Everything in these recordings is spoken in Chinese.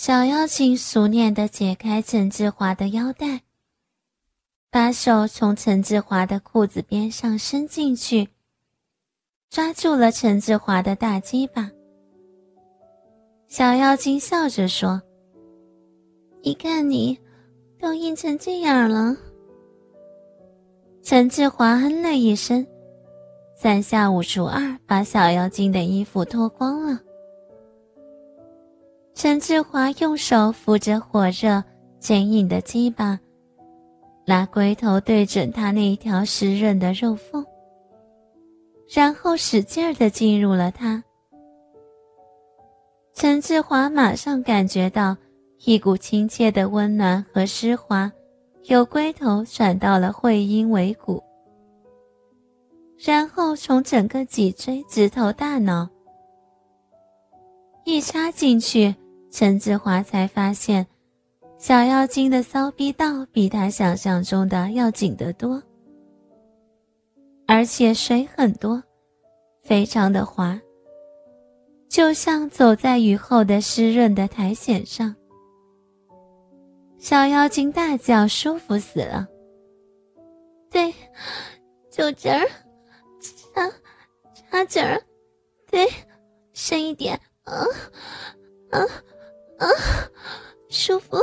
小妖精熟练地解开陈志华的腰带，把手从陈志华的裤子边上伸进去，抓住了陈志华的大鸡巴。小妖精笑着说：一看你都硬成这样了。陈志华哼了一声，3下5除2把小妖精的衣服脱光了。陈志华用手扶着火热坚硬的鸡巴，拿龟头对准他那一条湿润的肉缝，然后使劲地进入了它。陈志华马上感觉到一股亲切的温暖和湿滑由龟头传到了会阴尾骨，然后从整个脊椎直透大脑。一插进去，陈志华才发现小妖精的骚逼道比他想象中的要紧得多，而且水很多，非常的滑，就像走在雨后的湿润的苔藓上。小妖精大叫，舒服死了。对，就这儿，插这儿，对，深一点，舒服，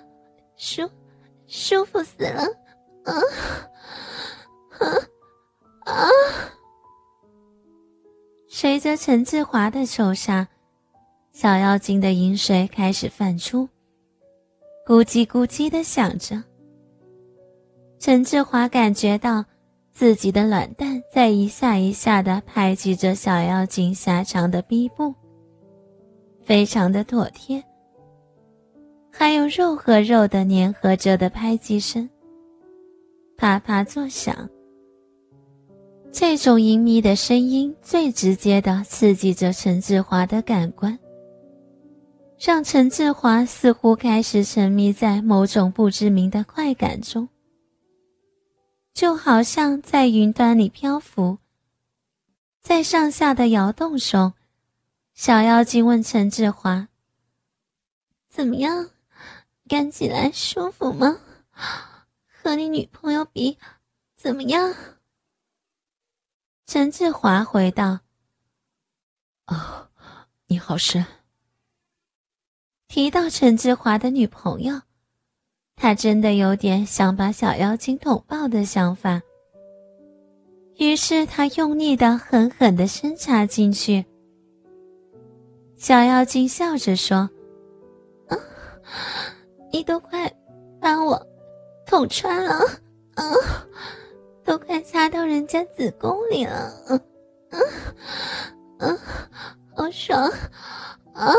舒服死了，随着陈志华的抽插，小妖精的饮水开始泛出，咕叽咕叽地响着。陈志华感觉到自己的卵蛋在一下一下地拍击着小妖精狭长的逼部，非常的妥帖，还有肉和肉的粘合着的拍击声，啪啪作响。这种淫靡的声音最直接地刺激着陈志华的感官，让陈志华似乎开始沉迷在某种不知名的快感中，就好像在云端里漂浮。在上下的摇动中，小妖精问陈志华：怎么样，干起来舒服吗？和你女朋友比怎么样？陈志华回道： 哦，你好深。 提到陈志华的女朋友，他真的有点想把小妖精捅爆的想法，于是他用力地狠狠地深插进去。小妖精笑着说：你都快把我捅穿了，都快插到人家子宫里了，好爽啊！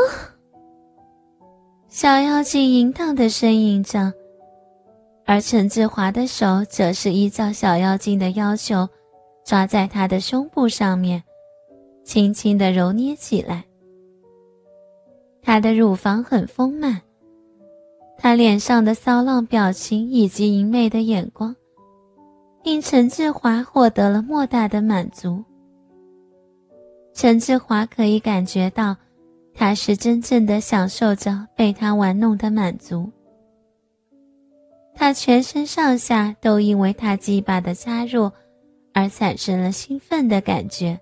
小妖精淫荡地呻吟着，而陈志华的手则是依照小妖精的要求，抓在她的胸部上面，轻轻地揉捏起来。她的乳房很丰满，她脸上的骚浪表情以及淫媚的眼光，令陈志华获得了莫大的满足。陈志华可以感觉到他是真正的享受着被他玩弄的满足，他全身上下都因为他鸡巴的加入而产生了兴奋的感觉，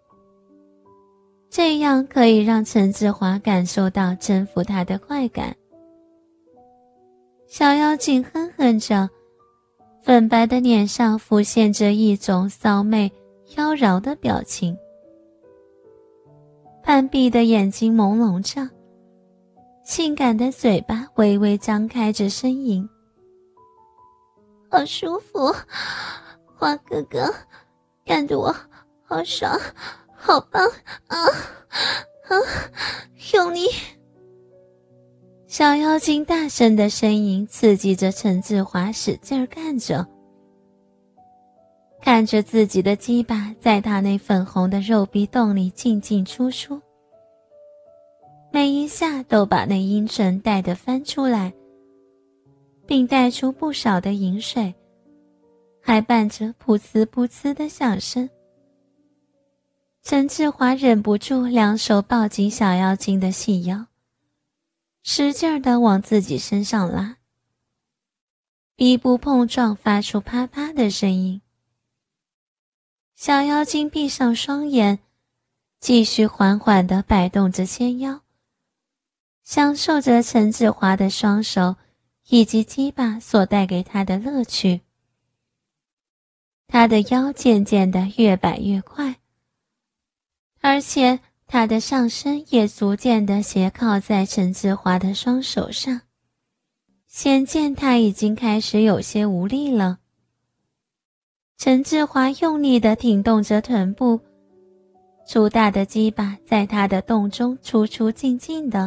这样可以让陈志华感受到征服他的快感。小妖精哼哼着，粉白的脸上浮现着一种骚媚妖娆的表情，半闭的眼睛朦胧着，性感的嘴巴微微张开着呻吟。好舒服，花哥哥，干得我好爽，好棒啊！用力！小妖精大声的呻吟刺激着陈志华使劲干着，看着自己的鸡巴在他那粉红的肉壁洞里进进出出，每一下都把那阴唇带得翻出来，并带出不少的饮水，还伴着噗呲噗呲的响声。陈志华忍不住两手抱紧小妖精的细腰， 使劲地往自己身上拉，鼻部碰撞发出啪啪的声音。小妖精闭上双眼，继续缓缓地摆动着纤腰，享受着陈志华的双手以及鸡巴所带给他的乐趣。他的腰渐渐地越摆越快，而且他的上身也逐渐地斜靠在陈志华的双手上，显见他已经开始有些无力了。陈志华用力地挺动着臀部，粗大的鸡巴在他的洞中出出进进的。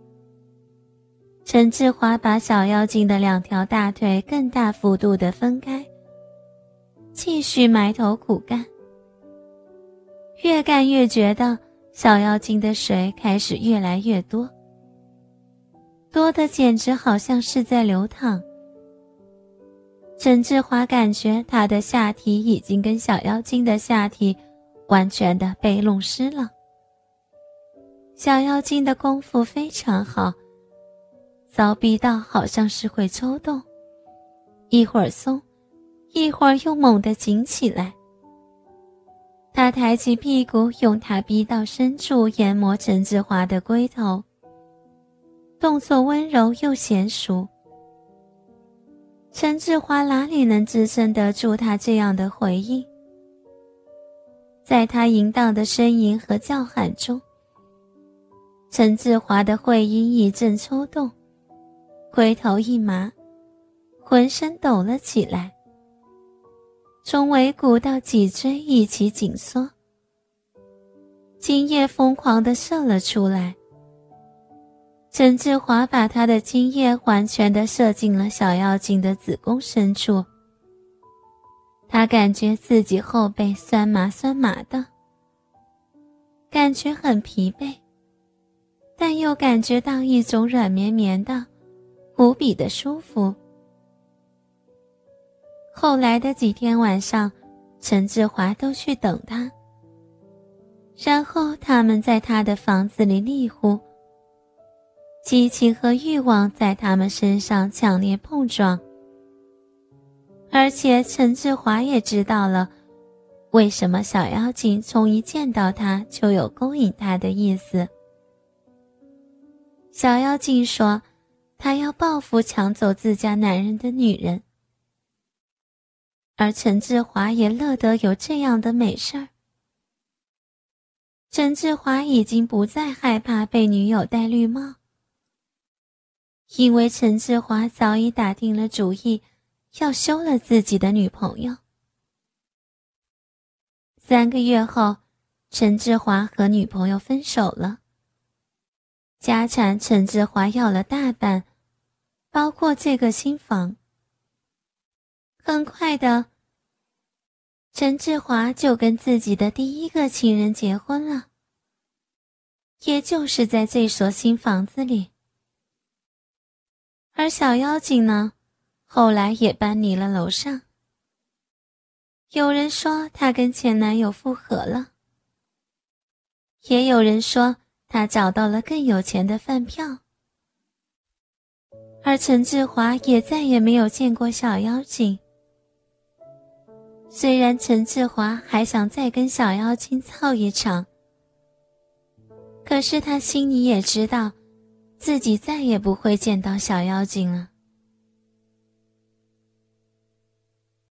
陈志华把小妖精的2条大腿更大幅度地分开，继续埋头苦干。越干越觉得小妖精的水开始越来越多，多得简直好像是在流淌。陈志华感觉他的下体已经跟小妖精的下体完全的被弄湿了。小妖精的功夫非常好，骚逼到好像是会抽动，一会儿松，一会儿又猛地紧起来。他抬起屁股，用他逼到深处研磨陈志华的龟头，动作温柔又娴熟。陈志华哪里能支撑得住他这样的回应？在他淫荡的呻吟和叫喊中，陈志华的会阴一阵抽动，龟头一麻，浑身抖了起来，从尾骨到脊椎一起紧缩，精液疯狂地射了出来。陈志华把他的精液完全地射进了小妖精的子宫深处，他感觉自己后背酸麻酸麻的，感觉很疲惫，但又感觉到一种软绵绵的无比的舒服。后来的几天晚上，陈志华都去等他，然后他们在他的房子里腻乎，激情和欲望在他们身上强烈碰撞。而且陈志华也知道了为什么小妖精从一见到他就有勾引他的意思。小妖精说她要报复抢走自家男人的女人，而陈志华也乐得有这样的美事儿。陈志华已经不再害怕被女友戴绿帽，因为陈志华早已打定了主意要休了自己的女朋友。3个月后，陈志华和女朋友分手了，家产陈志华要了大半，包括这个新房。很快的，陈志华就跟自己的第一个情人结婚了，也就是在这所新房子里。而小妖精呢，后来也搬离了楼上。有人说她跟前男友复合了，也有人说她找到了更有钱的饭票。而陈志华也再也没有见过小妖精。虽然陈志华还想再跟小妖精操一场，可是他心里也知道自己再也不会见到小妖精了。